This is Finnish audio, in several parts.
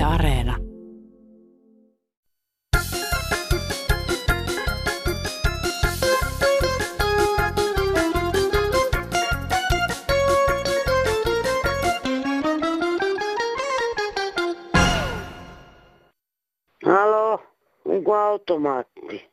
Areena. Halo, onko automaatti?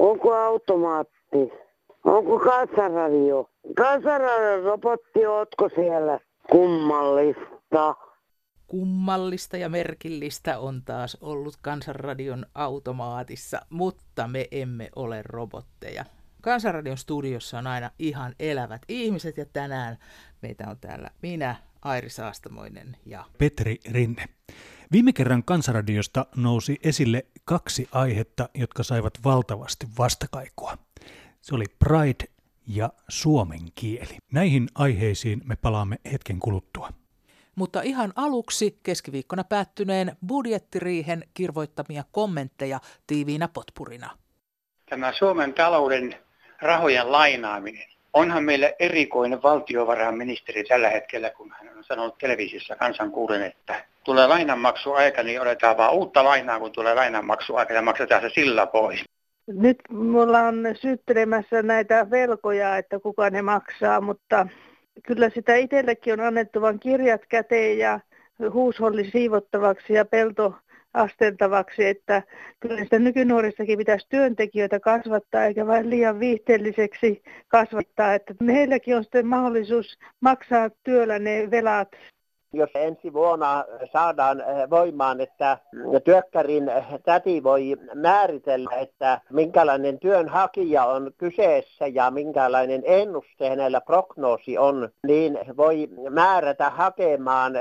Onko Kansanradio? Kansanradion robotti, ootko siellä? Kummallista. Kummallista ja merkillistä on taas ollut Kansanradion automaatissa, mutta me emme ole robotteja. Kansanradion studiossa on aina ihan elävät ihmiset ja tänään meitä on täällä minä, Airi Saastamoinen ja Petri Rinne. Viime kerran Kansanradiosta nousi esille 2 aihetta, jotka saivat valtavasti vastakaikua. Se oli Pride ja suomen kieli. Näihin aiheisiin me palaamme hetken kuluttua. Mutta ihan aluksi keskiviikkona päättyneen budjettiriihen kirvoittamia kommentteja tiiviinä potpurina. Tämä Suomen talouden rahojen lainaaminen. Onhan meillä erikoinen valtiovarainministeri tällä hetkellä, kun hän on sanonut televisiossa kansan kuulen, että tulee lainanmaksuaika, niin otetaan vaan uutta lainaa, kun tulee lainanmaksuaika ja maksetaan se sillä pois. Nyt mulla on syyttelemässä näitä velkoja, että kuka ne maksaa, mutta kyllä sitä itsellekin on annettu vain kirjat käteen ja huusholli siivottavaksi ja pelto asteltavaksi, että kyllä sitä nykynuoristakin pitäisi työntekijöitä kasvattaa eikä vain liian viihteelliseksi kasvattaa, että meilläkin on sitten mahdollisuus maksaa työllä ne velat. Jos ensi vuonna saadaan voimaan, että työkkärin täti voi määritellä, että minkälainen työnhakija on kyseessä ja minkälainen ennuste hänellä prognoosi on, niin voi määrätä hakemaan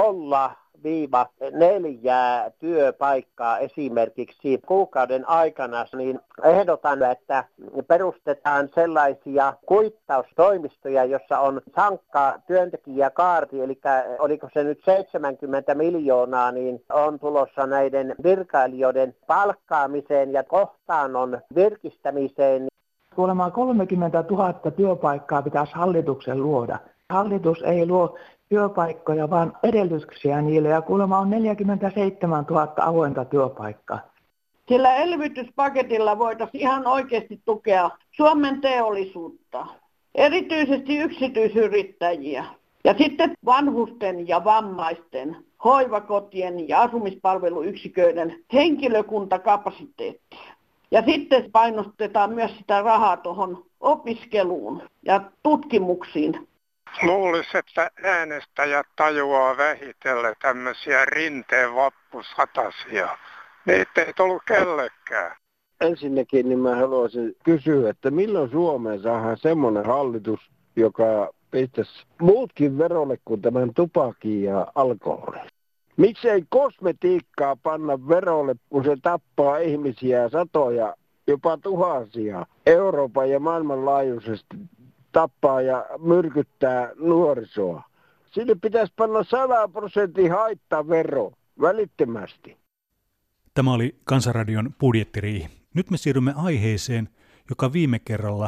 0-4 työpaikkaa esimerkiksi kuukauden aikana, niin ehdotan, että perustetaan sellaisia kuittaustoimistoja, jossa on sankka työntekijäkaarti, eli oliko se nyt 70 miljoonaa, niin on tulossa näiden virkailijoiden palkkaamiseen ja kohtaanon virkistämiseen. Kuulemma 30 000 työpaikkaa pitäisi hallituksen luoda. Hallitus ei luo työpaikkoja, vaan edellytyksiä niille, ja kuulemma on 47 000 avointa työpaikkaa. Sillä elvytyspaketilla voitaisiin ihan oikeasti tukea Suomen teollisuutta, erityisesti yksityisyrittäjiä, ja sitten vanhusten ja vammaisten, hoivakotien ja asumispalveluyksiköiden henkilökuntakapasiteettia. Ja sitten painostetaan myös sitä rahaa tuohon opiskeluun ja tutkimuksiin. Luulisi, että äänestäjät tajuaa vähitellen tämmöisiä Rinteen vappusatasia. Niitä ei tullut kellekään. Ensinnäkin niin mä haluaisin kysyä, että milloin Suomeen saadaan semmoinen hallitus, joka pistäisi muutkin verolle kuin tämän tupakin ja alkoholin. Miksei kosmetiikkaa panna verolle, kun se tappaa ihmisiä satoja, jopa tuhansia Euroopan ja maailmanlaajuisesti tappaa ja myrkyttää nuorisoa. Sille pitäisi panna 100% haittavero välittömästi. Tämä oli Kansanradion budjettiriihi. Nyt me siirrymme aiheeseen, joka viime kerralla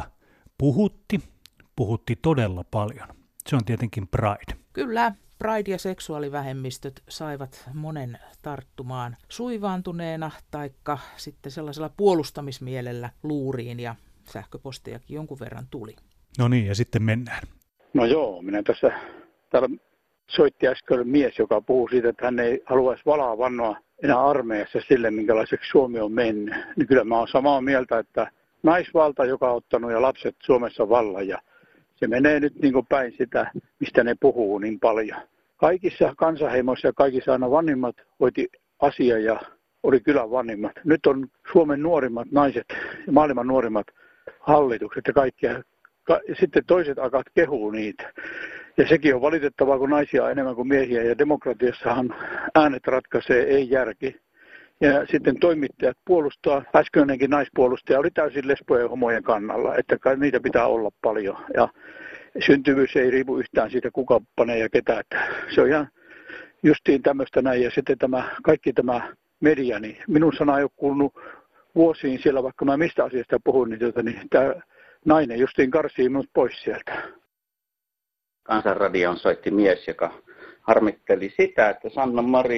puhutti todella paljon. Se on tietenkin Pride. Kyllä, Pride ja seksuaalivähemmistöt saivat monen tarttumaan suivaantuneena taikka sitten sellaisella puolustamismielellä luuriin ja sähköpostejakin jonkun verran tuli. No niin, ja sitten mennään. No joo, täällä soitti äsken mies, joka puhuu siitä, että hän ei haluaisi valaa vannoa enää armeijassa sille, minkälaiseksi Suomi on mennyt. Niin kyllä mä oon samaa mieltä, että naisvalta, joka on ottanut ja lapset Suomessa vallan, ja se menee nyt niin kuin päin sitä, mistä ne puhuu niin paljon. Kaikissa kansanheimoissa ja kaikissa aina vanhimmat hoiti asiaa ja oli kylän vanhimmat. Nyt on Suomen nuorimmat naiset ja maailman nuorimmat hallitukset ja kaikkia. Sitten toiset akat kehuu niitä. Ja sekin on valitettavaa, kun naisia on enemmän kuin miehiä. Ja demokratiassahan äänet ratkaisee, ei järki. Ja sitten toimittajat puolustaa. Äskeinenkin naispuolustaja oli täysin lesbojen ja homojen kannalla. Että niitä pitää olla paljon. Ja syntyvyys ei riipu yhtään siitä, kuka panee ja ketä. Se on ihan justiin tämmöistä näin. Ja sitten kaikki tämä media, niin minun sana ei ole kuulunut vuosiin siellä, vaikka mä mistä asiasta puhun, niin tämä nainen justiin karsii minut pois sieltä. Kansanradion soitti mies, joka harmitteli sitä, että Sanna Marin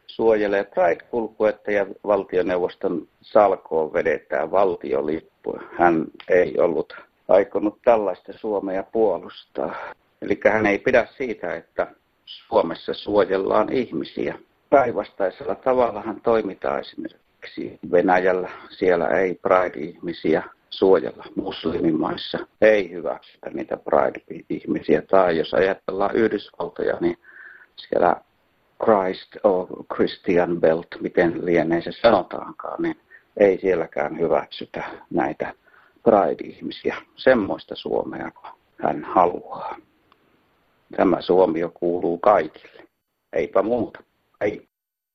suojelee Pride-kulkuetta ja valtioneuvoston salkoon vedetään valtiolippu. Hän ei ollut aikonut tällaista Suomea puolustaa. Eli hän ei pidä siitä, että Suomessa suojellaan ihmisiä. Päinvastaisella tavallahan toimitaan esimerkiksi Venäjällä. Siellä ei Pride-ihmisiä suojella. Muslimimaissa ei hyväksytä niitä Pride-ihmisiä. Tai jos ajatellaan Yhdysvaltoja, niin siellä Christ or Christian Belt, miten lienee se sanotaankaan, niin ei sielläkään hyväksytä näitä Pride-ihmisiä. Semmoista Suomea, kun hän haluaa. Tämä Suomi kuuluu kaikille. Eipä muuta. Ei.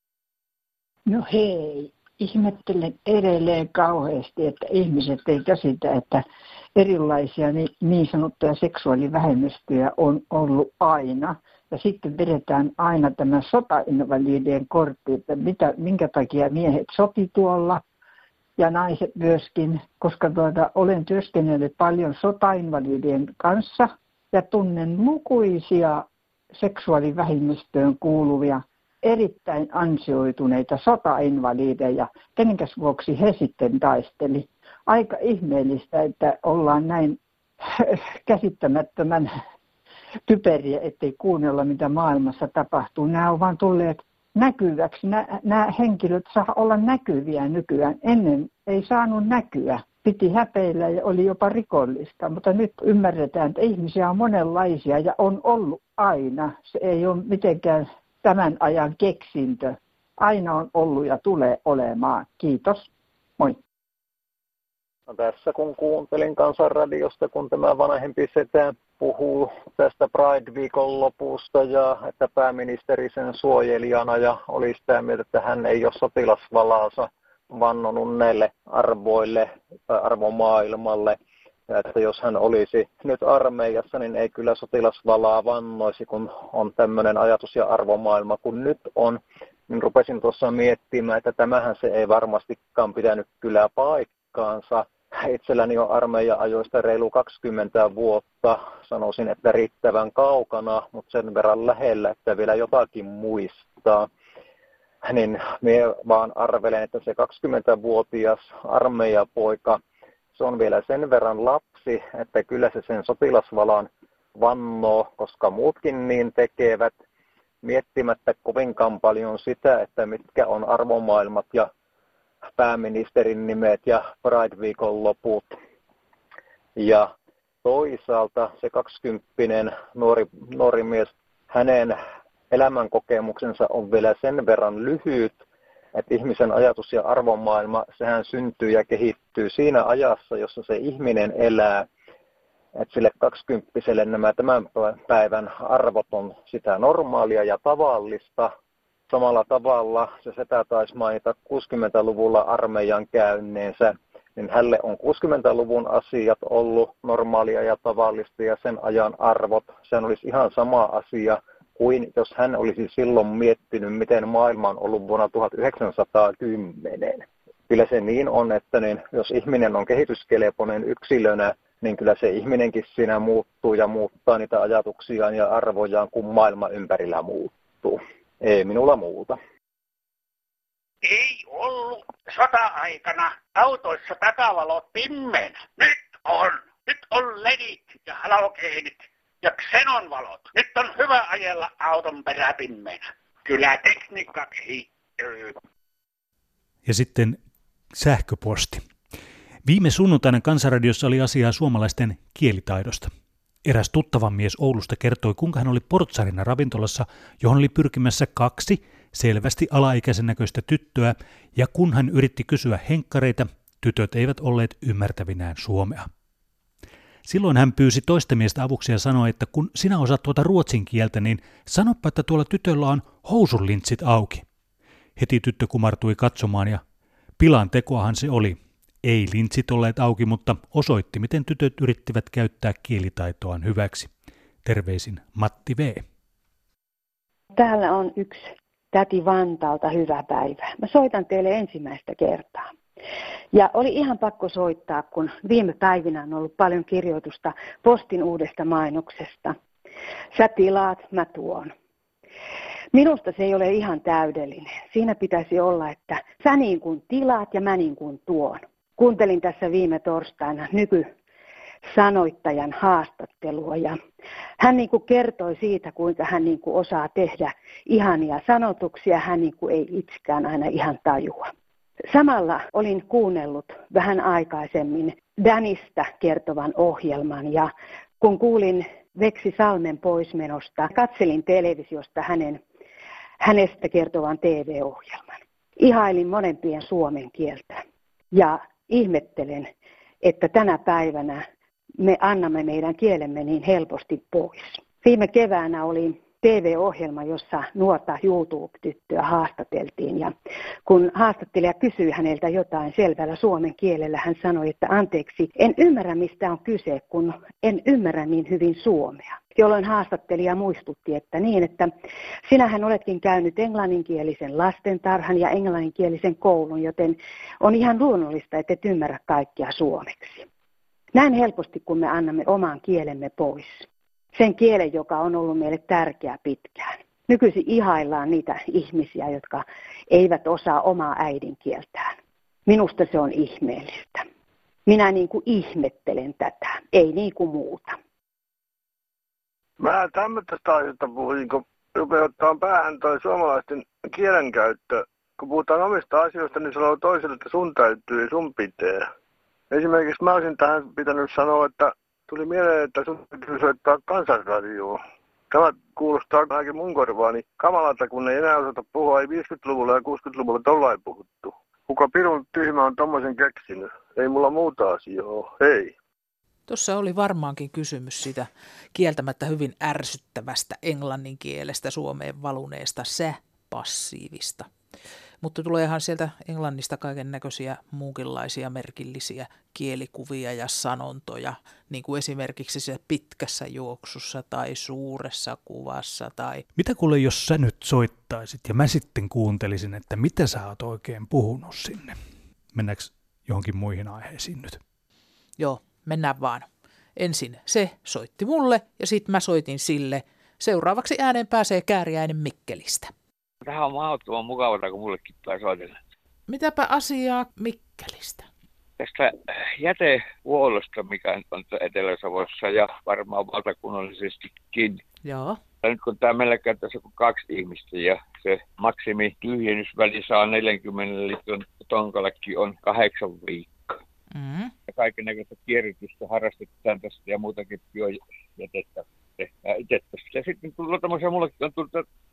No hei, ihmettelen edelleen kauheasti, että ihmiset ei käsitä, että erilaisia niin sanottuja seksuaalivähemmistöjä on ollut aina. Ja sitten vedetään aina tämä sotainvalidien kortti, että minkä takia miehet soti tuolla ja naiset myöskin, koska olen työskennellyt paljon sotainvalidien kanssa ja tunnen lukuisia seksuaalivähemmistöön kuuluvia erittäin ansioituneita sotainvalideja, kenenkäs vuoksi he sitten taisteli. Aika ihmeellistä, että ollaan näin käsittämättömän typeriä, ettei kuunnella, mitä maailmassa tapahtuu. Nämä on vaan tulleet näkyväksi. Nämä henkilöt saa olla näkyviä nykyään. Ennen ei saanut näkyä. Piti häpeillä ja oli jopa rikollista. Mutta nyt ymmärretään, että ihmisiä on monenlaisia ja on ollut aina. Se ei ole mitenkään tämän ajan keksintö. Aina on ollut ja tulee olemaan. Kiitos. Moi. No tässä kun kuuntelin Kansanradiosta, kun tämä vanhempi setä puhuu tästä Pride-viikon lopusta ja että pääministeri sen suojelijana ja oli sitä mieltä, että hän ei ole sotilasvalaansa vannonut näille arvoille tai arvomaailmalle. Ja että jos hän olisi nyt armeijassa, niin ei kyllä sotilasvalaa vannoisi, kun on tämmöinen ajatus ja arvomaailma kuin nyt on. Niin rupesin tuossa miettimään, että tämähän se ei varmastikaan pitänyt kyllä paikkaansa. Itselläni on armeija-ajoista reilu 20 vuotta. Sanoisin, että riittävän kaukana, mutta sen verran lähellä, että vielä jotakin muistaa. Niin minä vaan arvelen, että se 20-vuotias armeijapoika, se on vielä sen verran lapsi, että kyllä se sen sotilasvalan vannoo, koska muutkin niin tekevät, miettimättä kovinkaan paljon sitä, että mitkä on arvomaailmat ja pääministerin nimet ja Pride-viikon loput. Ja toisaalta se 20-vuotias nuori mies, hänen elämänkokemuksensa on vielä sen verran lyhyt, että ihmisen ajatus ja arvomaailma, sehän syntyy ja kehittyy siinä ajassa, jossa se ihminen elää. Että sille 20-vuotiaalle nämä tämän päivän arvot on sitä normaalia ja tavallista. Samalla tavalla se setä taisi mainita 60-luvulla armeijan käynneensä, niin hänelle on 60-luvun asiat ollut normaalia ja tavallista ja sen ajan arvot. Sehän olisi ihan sama asia kuin jos hän olisi silloin miettinyt, miten maailma on ollut vuonna 1910. Kyllä se niin on, että jos ihminen on kehityskelpoinen yksilönä, niin kyllä se ihminenkin siinä muuttuu ja muuttaa niitä ajatuksiaan ja arvojaan, kun maailma ympärillä muuttuu. Ei minulla muuta. Ei ollut sota-aikana autoissa takavalot pimmeinä. Nyt on ledit ja halogeenit ja xenonvalot. Nyt on hyvä ajella auton peräpimmeinä. Kyllä tekniikka kehittyy. Ja sitten sähköposti. Viime sunnuntaina Kansanradiossa oli asiaa suomalaisten kielitaidosta. Eräs tuttava mies Oulusta kertoi, kuinka hän oli portsarina ravintolassa, johon oli pyrkimässä 2 selvästi alaikäisen näköistä tyttöä, ja kun hän yritti kysyä henkkareita, tytöt eivät olleet ymmärtävinään suomea. Silloin hän pyysi toista miestä avuksi ja sanoi, että kun sinä osaat tuota ruotsin kieltä, niin sanoppa, että tuolla tytöllä on housunlintsit auki. Heti tyttö kumartui katsomaan ja pilan tekoahan se oli. Ei lintsit olleet auki, mutta osoitti, miten tytöt yrittivät käyttää kielitaitoaan hyväksi. Terveisin Matti V. Täällä on yksi täti Vantaalta, hyvää päivää. Mä soitan teille ensimmäistä kertaa. Ja oli ihan pakko soittaa, kun viime päivinä on ollut paljon kirjoitusta Postin uudesta mainoksesta. Sä tilaat, mä tuon. Minusta se ei ole ihan täydellinen. Siinä pitäisi olla, että sä niin kuin tilaat ja mä niin kuin tuon. Kuuntelin tässä viime torstaina nykysanoittajan haastattelua ja hän niin kuin kertoi siitä, kuinka hän niin kuin osaa tehdä ihania sanotuksia. Hän niin kuin ei itsekään aina ihan tajua. Samalla olin kuunnellut vähän aikaisemmin Danista kertovan ohjelman ja kun kuulin Veksi Salmen poismenosta, katselin televisiosta hänestä kertovan TV-ohjelman. Ihailin molempien suomen kieltä ja ihmettelen, että tänä päivänä me annamme meidän kielemme niin helposti pois. Viime keväänä oli TV-ohjelma, jossa nuorta YouTube-tyttöä haastateltiin ja kun haastattelija kysyi häneltä jotain selvällä suomen kielellä, hän sanoi, että anteeksi, en ymmärrä mistä on kyse, kun en ymmärrä niin hyvin suomea. Jolloin haastattelija muistutti, että niin, että sinähän oletkin käynyt englanninkielisen lastentarhan ja englanninkielisen koulun, joten on ihan luonnollista, että et ymmärrä kaikkea suomeksi. Näin helposti, kun me annamme oman kielemme pois. Sen kielen, joka on ollut meille tärkeä pitkään. Nykyisin ihaillaan niitä ihmisiä, jotka eivät osaa omaa äidinkieltään. Minusta se on ihmeellistä. Minä niin kuin ihmettelen tätä, ei niin kuin muuta. Mä tämmöistä aiheesta puhuin, kun rupeaa ottaa päähän toi suomalaisten kielenkäyttö. Kun puhutaan omista asioista, niin sanoo toiselle, että sun täytyy ja sun pitää. Esimerkiksi mä olisin tähän pitänyt sanoa, että tuli mieleen, että sun täytyy soittaa Kansanradioon. Tämä kuulostaa kaiken mun korvaani kamalalta, kun ei enää osata puhua, ei 50-luvulla ja 60-luvulla tollain puhuttu. Kuka pirun tyhmä on tommosen keksinyt? Ei mulla muuta asiaa ole, hei. Tuossa oli varmaankin kysymys siitä kieltämättä hyvin ärsyttävästä englannin kielestä Suomeen valuneesta passiivista. Mutta tuleehan sieltä englannista kaiken näköisiä muunkinlaisia merkillisiä kielikuvia ja sanontoja, niin kuin esimerkiksi se pitkässä juoksussa tai suuressa kuvassa. Tai... Mitä kuule, jos sä nyt soittaisit ja mä sitten kuuntelisin, että mitä sä oot oikein puhunut sinne? Mennäänkö johonkin muihin aiheisiin nyt? Joo, mennään vaan. Ensin se soitti mulle ja sitten mä soitin sille. Seuraavaksi ääneen pääsee Kääriäinen Mikkelistä. Tähän on mahdottoman mukavaa, kun mullekin tulee soitella. Mitäpä asiaa Mikkelistä? Tästä jätehuollosta, mikä on Etelä-Savossa ja varmaan valtakunnallisestikin. Joo. Ja nyt kun tämä meillä käyttäisi joku 2 ihmistä ja se maksimi tyhjennysväli saa 40 litran tonkallakin on 8 viikkoa. Mm-hmm. Ja kaikennäköistä kierrätystä harrastetaan tästä ja muutakin biojätettä tehdään itse tästä. Ja sitten tullut tämmöisiä, mullekin on tullut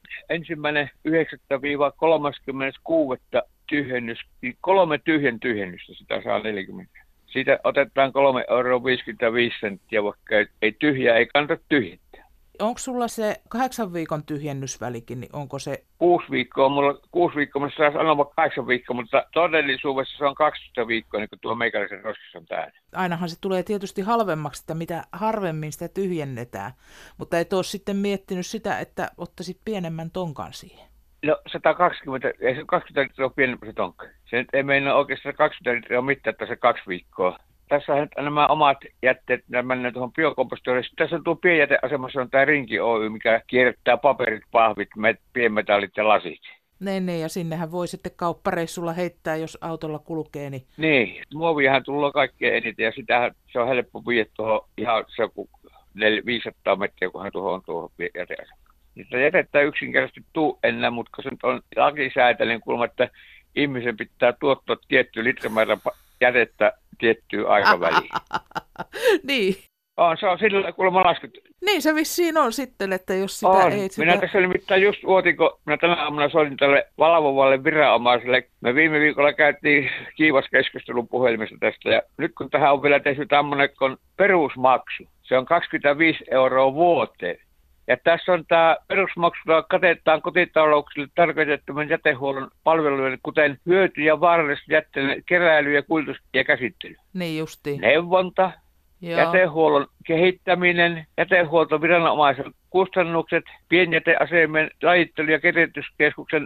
1.9.–36. tyhjennys, 3 tyhjennystä, sitä saa 40. Siitä otetaan 3,55 €, vaikka ei tyhjää, ei kannata tyhjentää. Onko sulla se 8 viikon tyhjennysvälikin, niin onko se... 6 viikkoa, 6 viikkoa, mutta saa sanoa 8 viikkoa, mutta todellisuudessa se on 12 viikkoa, niin kuin tuo meikäläisen roskissa on täällä. Ainahan se tulee tietysti halvemmaksi, että mitä harvemmin sitä tyhjennetään, mutta et ole sitten miettinyt sitä, että ottaisit pienemmän tonkan siihen. No 120, ei se 20 litraa ole pienempi se tonkka. Se nyt ei meinaa oikeastaan 20 litraa mitään, että se 2 viikkoa. Tässä on nämä omat jätteet, nämä mennään tuohon biokompostoille. Tässä on tuo pienjäteasemassa on tämä Rinki Oy, mikä kierrättää paperit, pahvit, pienmetallit ja lasit. Niin, ja sinnehän voi sitten kauppareissulla heittää, jos autolla kulkee. Niin, muoviahan tulee kaikkein eniten ja sitähän se on helppo viedä tuohon ihan se on 500 metriä, kunhan tuohon on tuohon jäteasemaan. Niitä jätettä yksinkertaisesti tuu enää, mutta kun se nyt on lakisääteinen kulma, että ihmisen pitää tuottaa tietty litramäärä jätettä tiettyyn aikaväliin. Niin. Se on sillä kuulemma laskettu. Niin se vissiin on sitten, että jos sitä ei... Minä tässä nimittäin just vuotin, kun minä tänä aamuna soitin tälle valvovalle viranomaiselle. Me viime viikolla käytiin kiivas keskustelun puhelimesta tästä. Ja nyt kun tähän on vielä tehty tämmöinen perusmaksu, se on 25 € vuoteen. Ja tässä on tämä perusmaksulla katetaan kotitalouksille tarkoitettujen jätehuollon palvelujen, kuten hyöty- ja vaarallisten jätteiden keräily ja kuljetus ja käsittely. Niin justiin. Neuvonta, joo. Jätehuollon kehittäminen, jätehuoltoviranomaisen kustannukset, pienjäteasemien lajittelu- ja kerätyskeskuksen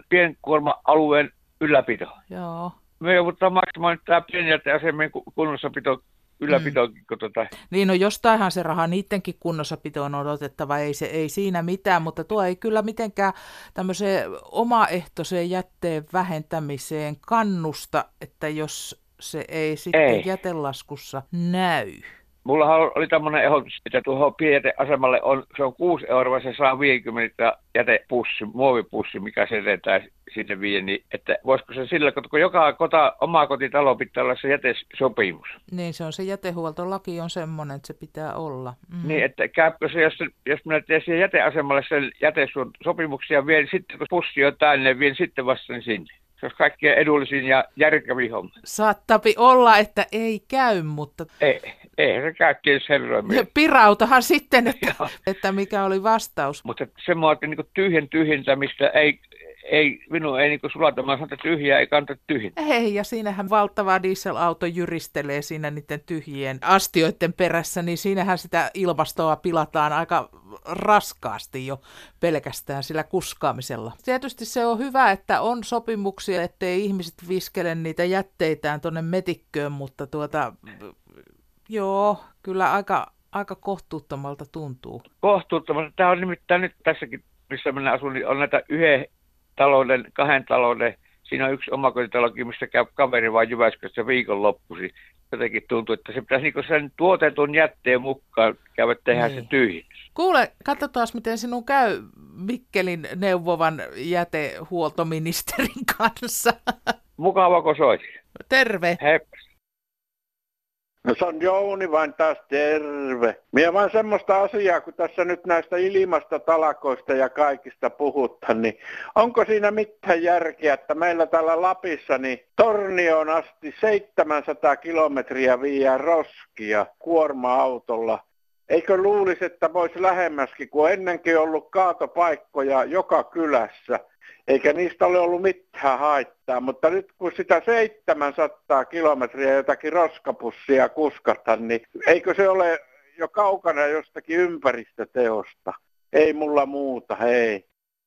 pienkuorma-alueen ylläpito. Joo. Me joudutaan maksamaan nyt tämä pienjäteasemien kunnossapito ylläpitoonkin. Niin, no jostainhan se raha niidenkin kunnossapito on odotettava, ei siinä mitään, mutta tuo ei kyllä mitenkään tämmöiseen omaehtoiseen jätteen vähentämiseen kannusta, että jos se ei sitten jätelaskussa näy. Mullahan oli tämmöinen ehdotus, että tuohon pienjäteasemalle se on 6 euroa, se saa 50 jätepussi, muovipussi, mikä se jätetään sinne viien, niin että voisiko se sillä, kun joka oma kotitalo pitää olla se jätesopimus. Niin, se on se jätehuoltolaki on semmoinen, että se pitää olla. Niin, että käypä se, jos minä teen siihen jäteasemalle sen jätesopimuksia, vien sitten, kun pussi on täynnä, vien sitten vasta sinne. Se olisi kaikkein edullisin ja järkevi homma. Saattapi olla, että ei käy, mutta... Eihän se käy herroimia. Pirautahan sitten, että mikä oli vastaus. Mutta semmoinen niin tyhjentämistä minun ei niin sulatamaan sanoa, että tyhjää ei kannata tyhjentää. Ei, ja siinähän valtava dieselauto jyristelee siinä niiden tyhjien astioiden perässä, niin siinähän sitä ilmastoa pilataan aika raskaasti jo pelkästään sillä kuskaamisella. Tietysti se on hyvä, että on sopimuksia, ettei ihmiset viskele niitä jätteitään tuonne metikköön, mutta joo, kyllä aika kohtuuttomalta tuntuu. Kohtuuttomalta. Tämä on nimittäin nyt tässäkin, missä minä asun, niin on näitä 1 talouden, 2 talouden. Siinä on yksi omakotitalokin, missä käy kaveri vaan Jyväskylässä viikonloppuisin. Jotenkin tuntuu, että se pitäisi niin sen tuotetun jätteen mukaan käydä tehdä se tyhjennys. Kuule, katsotaan miten sinun käy Mikkelin neuvovan jätehuoltoministerin kanssa. Mukava, kun soitit. Terve. Heippa. No se on Jouni vain taas terve. Minä vain semmoista asiaa, kun tässä nyt näistä ilmastotalakoista ja kaikista puhutaan, niin onko siinä mitään järkeä, että meillä täällä Lapissa niin Tornioon asti 700 kilometriä viiää roskia kuorma-autolla. Eikö luulisi, että voisi lähemmäskin, kun ennenkin ollut kaatopaikkoja joka kylässä. Eikä niistä ole ollut mitään haittaa, mutta nyt kun sitä 700 kilometriä jotakin roskapussia kuskata, niin eikö se ole jo kaukana jostakin ympäristöteosta? Ei mulla muuta, hei.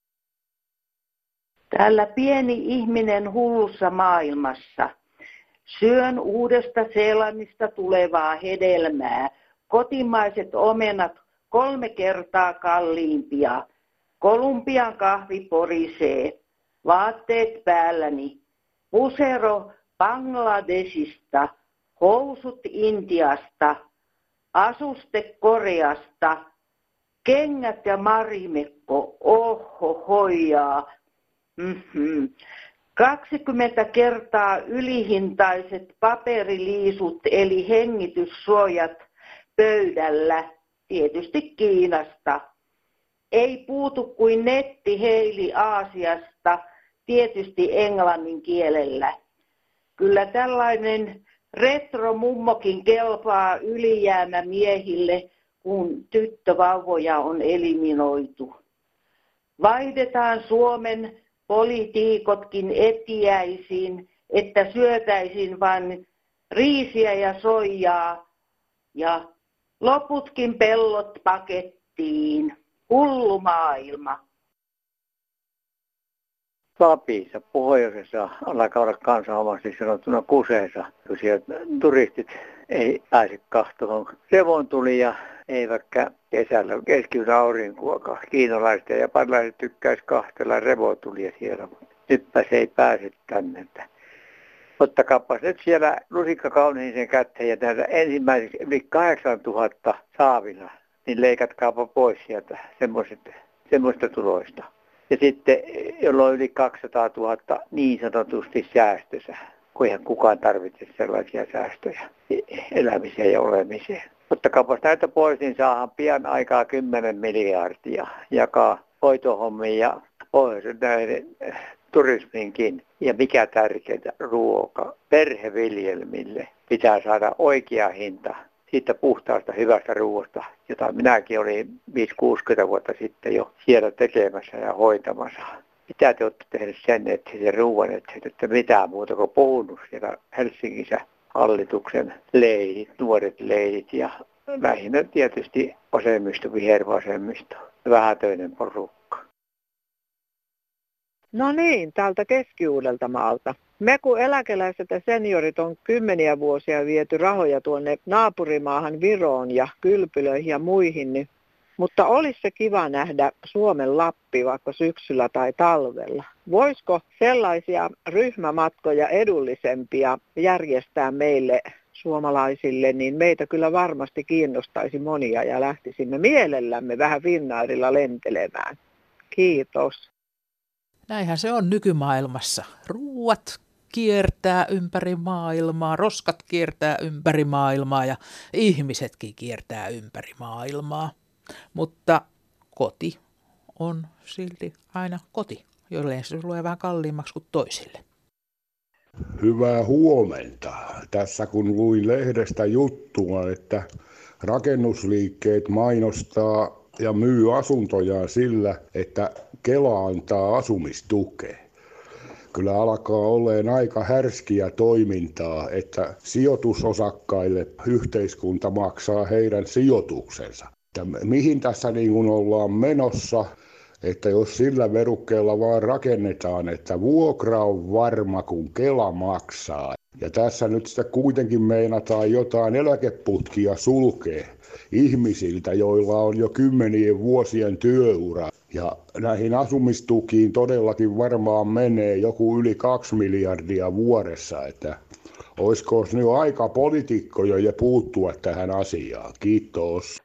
Täällä pieni ihminen hullussa maailmassa. Syön Uudesta-Seelannista tulevaa hedelmää. Kotimaiset omenat 3 kertaa kalliimpia. Kolumbian kahvi porisee, vaatteet päälläni, pusero Bangladesista, housut Intiasta, asuste Koreasta, kengät ja marimekko, oho hoijaa. 20 kertaa ylihintaiset paperiliisut eli hengityssuojat pöydällä, tietysti Kiinasta. Ei puutu kuin nettiheili Aasiasta, tietysti englannin kielellä. Kyllä tällainen retromummokin kelpaa ylijäämämiehille, kun tyttövauvoja on eliminoitu. Vaihdetaan Suomen poliitikotkin etiäisiin, että syötäisiin vain riisiä ja soijaa ja loputkin pellot pakettiin. Hullu maailma. Lapissa, pohjoisessa, alakaudella kansanomasti sanottuna kuseessa, kun siellä turistit ei pääse kahtoon revontulia, eivätkä kesällä keskiyön aurinkoakaan. Kiinalaiset ja japanilaiset tykkäisi kahtella revontulia siellä, mutta nytpä se ei pääse tänne. Ottakaapa nyt siellä lusikka kauniiseen kätteen ja täältä ensimmäiseksi yli 8000 saavilla, niin leikatkaapa pois sieltä semmoista tuloista. Ja sitten, jolloin yli 200 000 niin sanotusti säästössä, kun eihän kukaan tarvitse sellaisia säästöjä elämiseen ja olemiseen. Ottakaapa näitä pois, niin saadaan pian aikaa 10 miljardia jakaa hoitohommiin ja pohjoisen näiden turisminkin. Ja mikä tärkeintä, ruoka. Perheviljelmille pitää saada oikea hinta siitä puhtaasta hyvästä ruoasta, jota minäkin olin 5-60 vuotta sitten jo siellä tekemässä ja hoitamassa. Mitä te olette tehneet sen eteen ja ruoan eteen, että mitään muuta kuin puhunut siellä Helsingissä hallituksen leidit, nuoret leidit ja lähinnä tietysti vasemmisto, vihervasemmisto, vähätöinen porukka. No niin, täältä Keski-Uudeltamaalta. Me kun eläkeläiset ja seniorit on kymmeniä vuosia viety rahoja tuonne naapurimaahan Viroon ja kylpylöihin ja muihin, niin, mutta olisi se kiva nähdä Suomen Lappi vaikka syksyllä tai talvella. Voisiko sellaisia ryhmämatkoja edullisempia järjestää meille suomalaisille, niin meitä kyllä varmasti kiinnostaisi monia ja lähtisimme mielellämme vähän Finnairilla lentelemään. Kiitos. Näinhän se on nykymaailmassa. Ruuat kiertää ympäri maailmaa, roskat kiertää ympäri maailmaa ja ihmisetkin kiertää ympäri maailmaa. Mutta koti on silti aina koti, jolleen se tulee vähän kalliimmaksi kuin toisille. Hyvää huomenta. Tässä kun luin lehdestä juttua, että rakennusliikkeet mainostaa ja myy asuntojaan sillä, että Kela antaa asumistukea. Kyllä alkaa olemaan aika härskiä toimintaa, että sijoitusosakkaille yhteiskunta maksaa heidän sijoituksensa. Mihin tässä niin kuin ollaan menossa, että jos sillä verukkeella vaan rakennetaan, että vuokra on varma, kun Kela maksaa. Ja tässä nyt sitten kuitenkin meinataan jotain eläkeputkia sulkea ihmisiltä, joilla on jo 10 vuosien työura. Ja näihin asumistukiin todellakin varmaan menee joku yli 2 miljardia vuodessa, että olisiko nyt aika poliitikkoja ja puuttua tähän asiaan. Kiitos.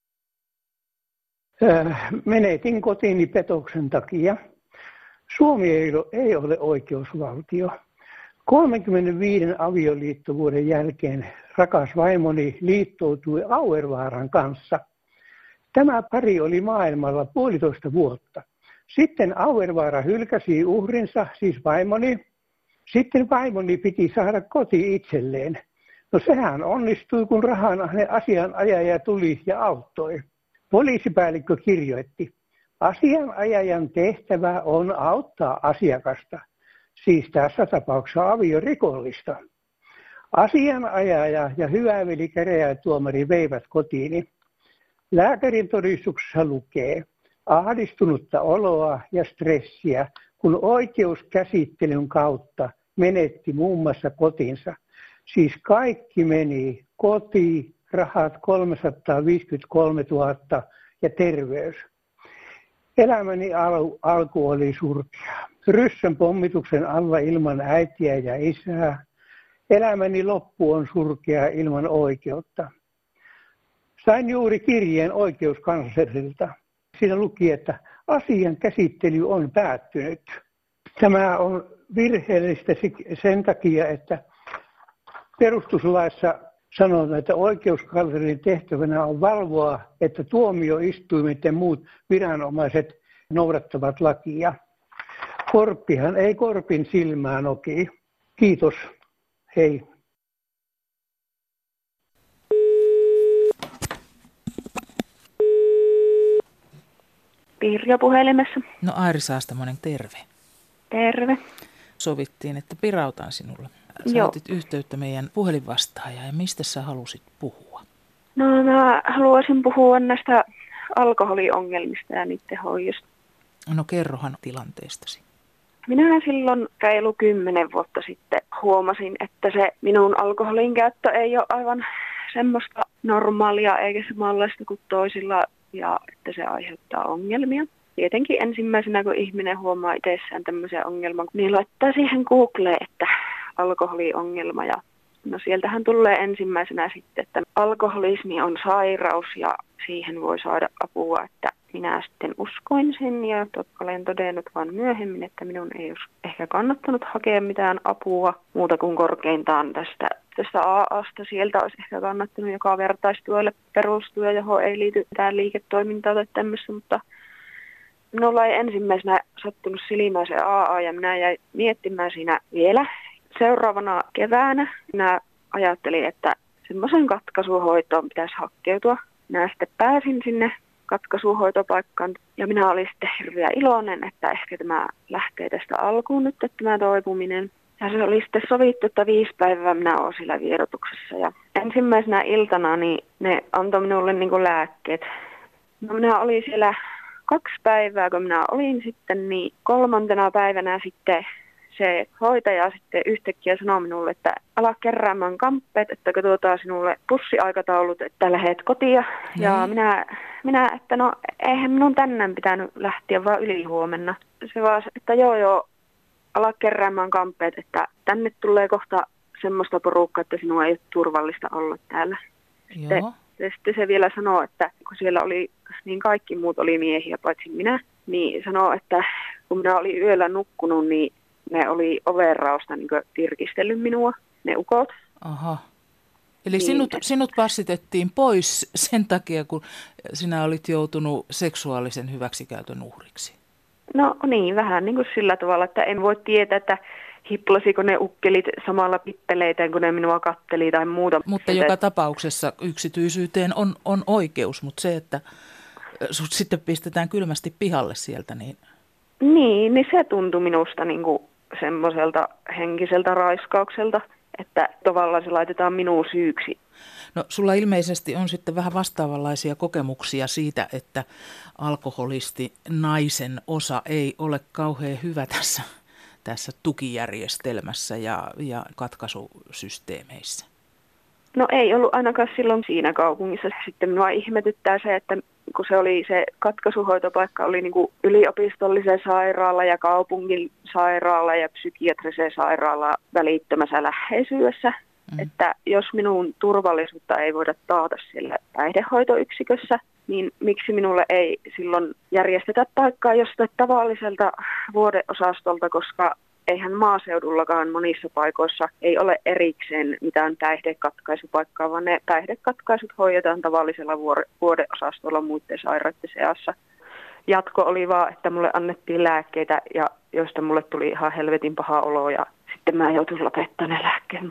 Menetin kotiini petoksen takia. Suomi ei ole oikeusvaltio. 35 avioliittovuoden jälkeen rakas vaimoni liittoutui Auervaaran kanssa. Tämä pari oli maailmalla 1,5 vuotta. Sitten Auervaara hylkäsi uhrinsa, siis vaimoni. Sitten vaimoni piti saada koti itselleen. No sehän onnistui, kun rahan asianajaja tuli ja auttoi. Poliisipäällikkö kirjoitti, asianajajan tehtävä on auttaa asiakasta, siis tässä tapauksessa aviorikollista. Asianajaja ja hyvä veli käräjätuomari veivät kotiini. Lääkärin todistuksessa lukee ahdistunutta oloa ja stressiä, kun oikeuskäsittelyn kautta menetti muun muassa kotinsa. Siis kaikki meni, koti, rahat 353 000 ja terveys. Elämäni alku oli surkea. Ryssän pommituksen alla ilman äitiä ja isää. Elämäni loppu on surkea ilman oikeutta. Sain juuri kirjeen oikeuskanslerilta. Siinä luki, että asian käsittely on päättynyt. Tämä on virheellistä sen takia, että perustuslaissa sanon, että oikeuskanslerin tehtävänä on valvoa, että tuomioistuimet ja muut viranomaiset noudattavat lakia. Korppihan ei korpin silmään oki. Kiitos. Hei. Pirjo puhelimessa. No Airi Saastamoinen, terve. Terve. Sovittiin, että pirautan sinulle. Sä otit yhteyttä meidän puhelinvastaajaan ja mistä sä halusit puhua? No mä haluaisin puhua näistä alkoholiongelmista ja niiden hoidosta. No kerrohan tilanteestasi. Minä silloin reilu 10 vuotta sitten huomasin, että se minun alkoholin käyttö ei ole aivan semmoista normaalia eikä samanlaista kuin toisilla ja että se aiheuttaa ongelmia. Tietenkin ensimmäisenä, kun ihminen huomaa itsessään tämmöisen ongelman, niin laittaa siihen Googleen, että alkoholiongelma. Ja no sieltähän tulee ensimmäisenä sitten, että alkoholismi on sairaus ja siihen voi saada apua, että minä sitten uskoin sen ja olen todennut vaan myöhemmin, että minun ei olisi ehkä kannattanut hakea mitään apua muuta kuin korkeintaan tästä AAsta. Sieltä olisi ehkä kannattanut joka vertaistuelle perustua, johon ei liity mitään liiketoimintaa tai tämmöistä, mutta minulla ei ensimmäisenä sattunut silmään se AA ja minä jäin miettimään siinä vielä. Seuraavana keväänä minä ajattelin, että semmoisen katkaisuhoitoon pitäisi hakkeutua. Minä sitten pääsin sinne katkaisuhoitopaikkaan ja minä olin sitten hirveän iloinen, että ehkä tämä lähtee tästä alkuun nyt, että tämä toipuminen. Ja se oli sitten sovittu, että 5 päivää minä olen siellä vierotuksessa. Ja ensimmäisenä iltana niin ne antoi minulle niin kuin lääkkeet. No minä olin siellä 2 päivää, kun minä olin sitten, niin 3. päivänä sitten se hoitaja sitten yhtäkkiä sanoi minulle, että ala keräämään kamppeet, että tuota sinulle pussiaikataulut, että lähet kotia. Ja minä, että no eihän minun tänään pitänyt lähteä vaan ylihuomenna. Se vaan, että joo, ala keräämään kamppeet, että tänne tulee kohta semmoista porukkaa, että sinua ei ole turvallista olla täällä. Sitten se vielä sanoo, että kun siellä oli, niin kaikki muut oli miehiä paitsi minä, niin sanoo, että kun minä olin yöllä nukkunut, niin ne oli overrausta niin tirkistellyt minua, ne ukot. Aha. Eli niin. sinut passitettiin pois sen takia, kun sinä olit joutunut seksuaalisen hyväksikäytön uhriksi. No niin, vähän niin kuin sillä tavalla, että en voi tietää, että hiplasiko ne ukkelit samalla pippeleitä, kun ne minua katteli tai muuta. Mutta joka tapauksessa yksityisyyteen on oikeus, mutta se, että sut sitten pistetään kylmästi pihalle sieltä, niin... Niin se tuntui minusta niin kuin semmoiselta henkiseltä raiskaukselta, että tavallaan se laitetaan minuun syyksi. No sulla ilmeisesti on sitten vähän vastaavanlaisia kokemuksia siitä, että alkoholisti naisen osa ei ole kauhean hyvä tässä tukijärjestelmässä ja katkaisusysteemeissä. No ei ollut ainakaan silloin siinä kaupungissa. Sitten minua ihmetyttää se, että kun se oli se katkaisuhoitopaikka oli niin kuin yliopistollisen sairaala ja kaupungin sairaala ja psykiatrisen sairaala välittömässä läheisyydessä. Että jos minun turvallisuutta ei voida taata siellä päihdehoitoyksikössä, niin miksi minulle ei silloin järjestetä paikkaa jostain tavalliselta vuodeosastolta, koska eihän maaseudullakaan monissa paikoissa ei ole erikseen mitään päihdekatkaisupaikkaa, vaan ne päihdekatkaisut hoidetaan tavallisella vuodeosastolla muiden sairaiden seassa. Jatko oli vaan, että mulle annettiin lääkkeitä, joista mulle tuli ihan helvetin paha olo ja sitten mä joutuin lopettamaan ne lääkkeet.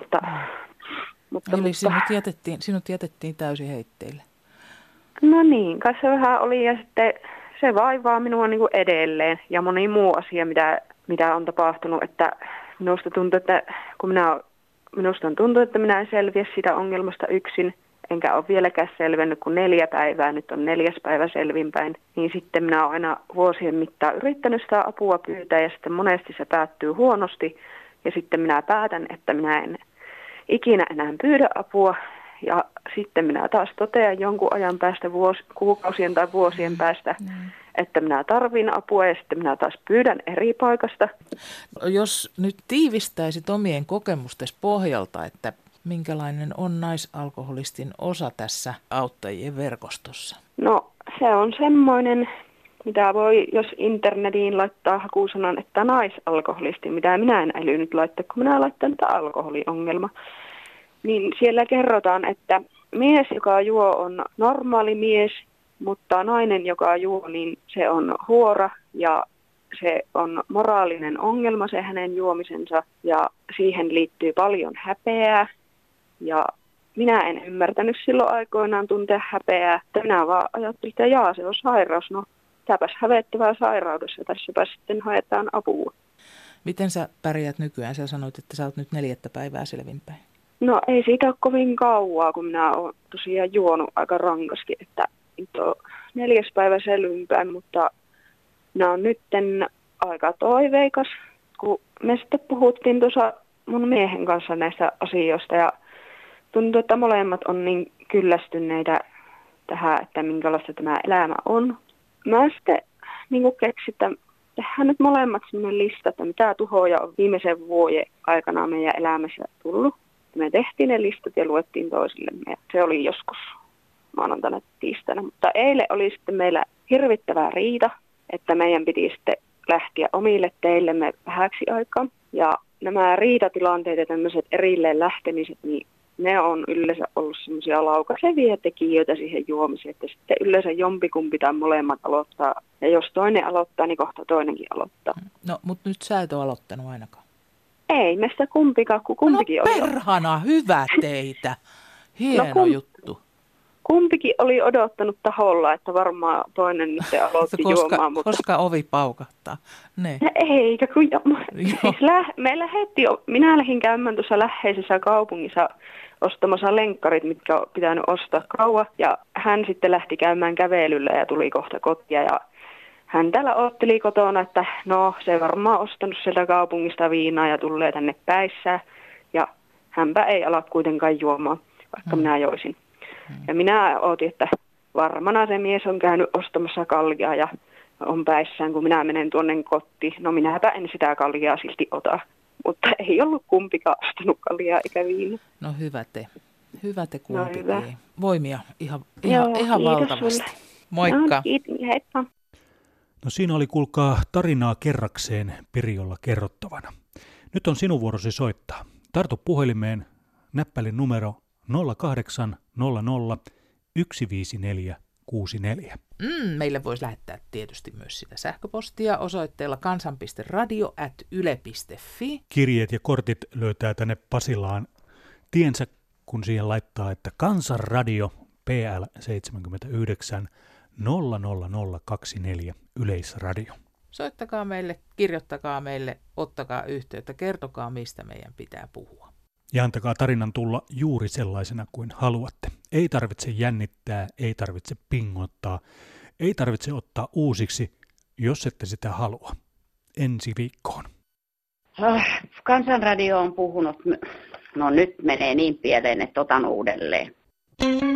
Eli sinut jätettiin täysin heitteille. No niin, kai se vähän oli ja sitten se vaivaa minua niin kuin edelleen ja moni muu asia, mitä on tapahtunut, että minusta on tuntunut, että minä en selviä sitä ongelmasta yksin, enkä ole vieläkään selvennyt kuin 4 päivää, nyt on 4. päivä selvinpäin, niin sitten minä olen aina vuosien mittaan yrittänyt sitä apua pyytää ja sitten monesti se päättyy huonosti ja sitten minä päätän, että minä en ikinä enää pyydä apua ja sitten minä taas totean jonkun ajan päästä, kuukausien tai vuosien päästä, että minä tarvin apua ja sitten minä taas pyydän eri paikasta. Jos nyt tiivistäisit omien kokemustesi pohjalta, että minkälainen on naisalkoholistin osa tässä auttajien verkostossa? No se on semmoinen, mitä voi, jos internetiin laittaa hakusanan, että naisalkoholisti, mitä minä en älynyt laittaa, kun minä laittan tätä alkoholiongelma. Niin siellä kerrotaan, että mies, joka juo, on normaali mies, mutta nainen, joka juo, niin se on huora ja se on moraalinen ongelma, se hänen juomisensa ja siihen liittyy paljon häpeää. Ja minä en ymmärtänyt silloin aikoinaan tuntea häpeää. Minä vaan ajattelin, että se on sairaus. No, tämäpäs hävettävää sairaudessa. Tässäpä sitten haetaan apua. Miten sä pärjät nykyään? Sä sanoit, että sä oot nyt 4. päivää selvinpäin. No ei siitä ole kovin kauaa, kun minä olen tosiaan juonut aika rankasti, että nyt on 4. päivä selvinpäin, mutta minä olen nytten aika toiveikas, kun me sitten puhuttiin tuossa mun miehen kanssa näistä asioista ja tuntuu, että molemmat on niin kyllästyneitä tähän, että minkälaista tämä elämä on. Mä sitten niin keksin, että tehdään nyt molemmat sellainen lista, että mitä tuhoja on viimeisen vuoden aikana meidän elämässä tullut. Me tehtiin ne listat ja luettiin toisillemme. Se oli joskus maanantaina tiistaina, mutta eilen oli sitten meillä hirvittävä riita, että meidän piti sitten lähteä omille teillemme vähäksi aikaa. Ja nämä riitatilanteet ja tämmöiset erilleen lähtemiset, niin ne on yleensä ollut semmoisia laukaisevia tekijöitä siihen juomiseen, että sitten yleensä jompikumpi tai molemmat aloittaa. Ja jos toinen aloittaa, niin kohta toinenkin aloittaa. No, mutta nyt sä et ole aloittanut ainakaan. Ei meistä kumpikaan, kun kumpikin oli. No perhana, hyvä teitä. Hieno juttu. Kumpikin oli odottanut taholla, että varmaan toinen nyt aloitti juomaan. Mutta... Koska ovi paukahtaa. Ne. Eikä, kun me lähdettiin, minä lähdin käymään tuossa läheisessä kaupungissa ostamassa lenkkarit, mitkä on pitänyt ostaa kauan. Ja hän sitten lähti käymään kävelyllä ja tuli kohta kotia ja hän täällä otteli kotona, että no se varmaan ostanut sieltä kaupungista viinaa ja tulee tänne päissään. Ja hänpä ei ala kuitenkaan juomaan, vaikka minä joisin. Ja minä ootin, että varmana se mies on käynyt ostamassa kaljaa ja on päissään, kun minä menen tuonne kotiin. No minäpä en sitä kaljaa silti ota. Mutta ei ollut kumpikaan ostanut kaljaa eikä viinaa. No hyvä te. Hyvä te kumpikin. No, Voimia ihan valtavasti. Sulle. Moikka. No, kiitos, heippa. No siinä oli kuulkaa tarinaa kerrakseen Pirjolla kerrottavana. Nyt on sinun vuorosi soittaa. Tartu puhelimeen, näppäilin numero 0800 154 64. Meille voisi lähettää tietysti myös sitä sähköpostia osoitteella kansan.radio@yle.fi. Kirjeet ja kortit löytää tänne Pasilaan tiensä, kun siihen laittaa, että Kansanradio PL 79 00024 Yleisradio. Soittakaa meille, kirjoittakaa meille, ottakaa yhteyttä, kertokaa mistä meidän pitää puhua. Ja antakaa tarinan tulla juuri sellaisena kuin haluatte. Ei tarvitse jännittää, ei tarvitse pingottaa, ei tarvitse ottaa uusiksi, jos ette sitä halua. Ensi viikkoon. Kansanradio on puhunut, no nyt menee niin pieleen, että otan uudelleen.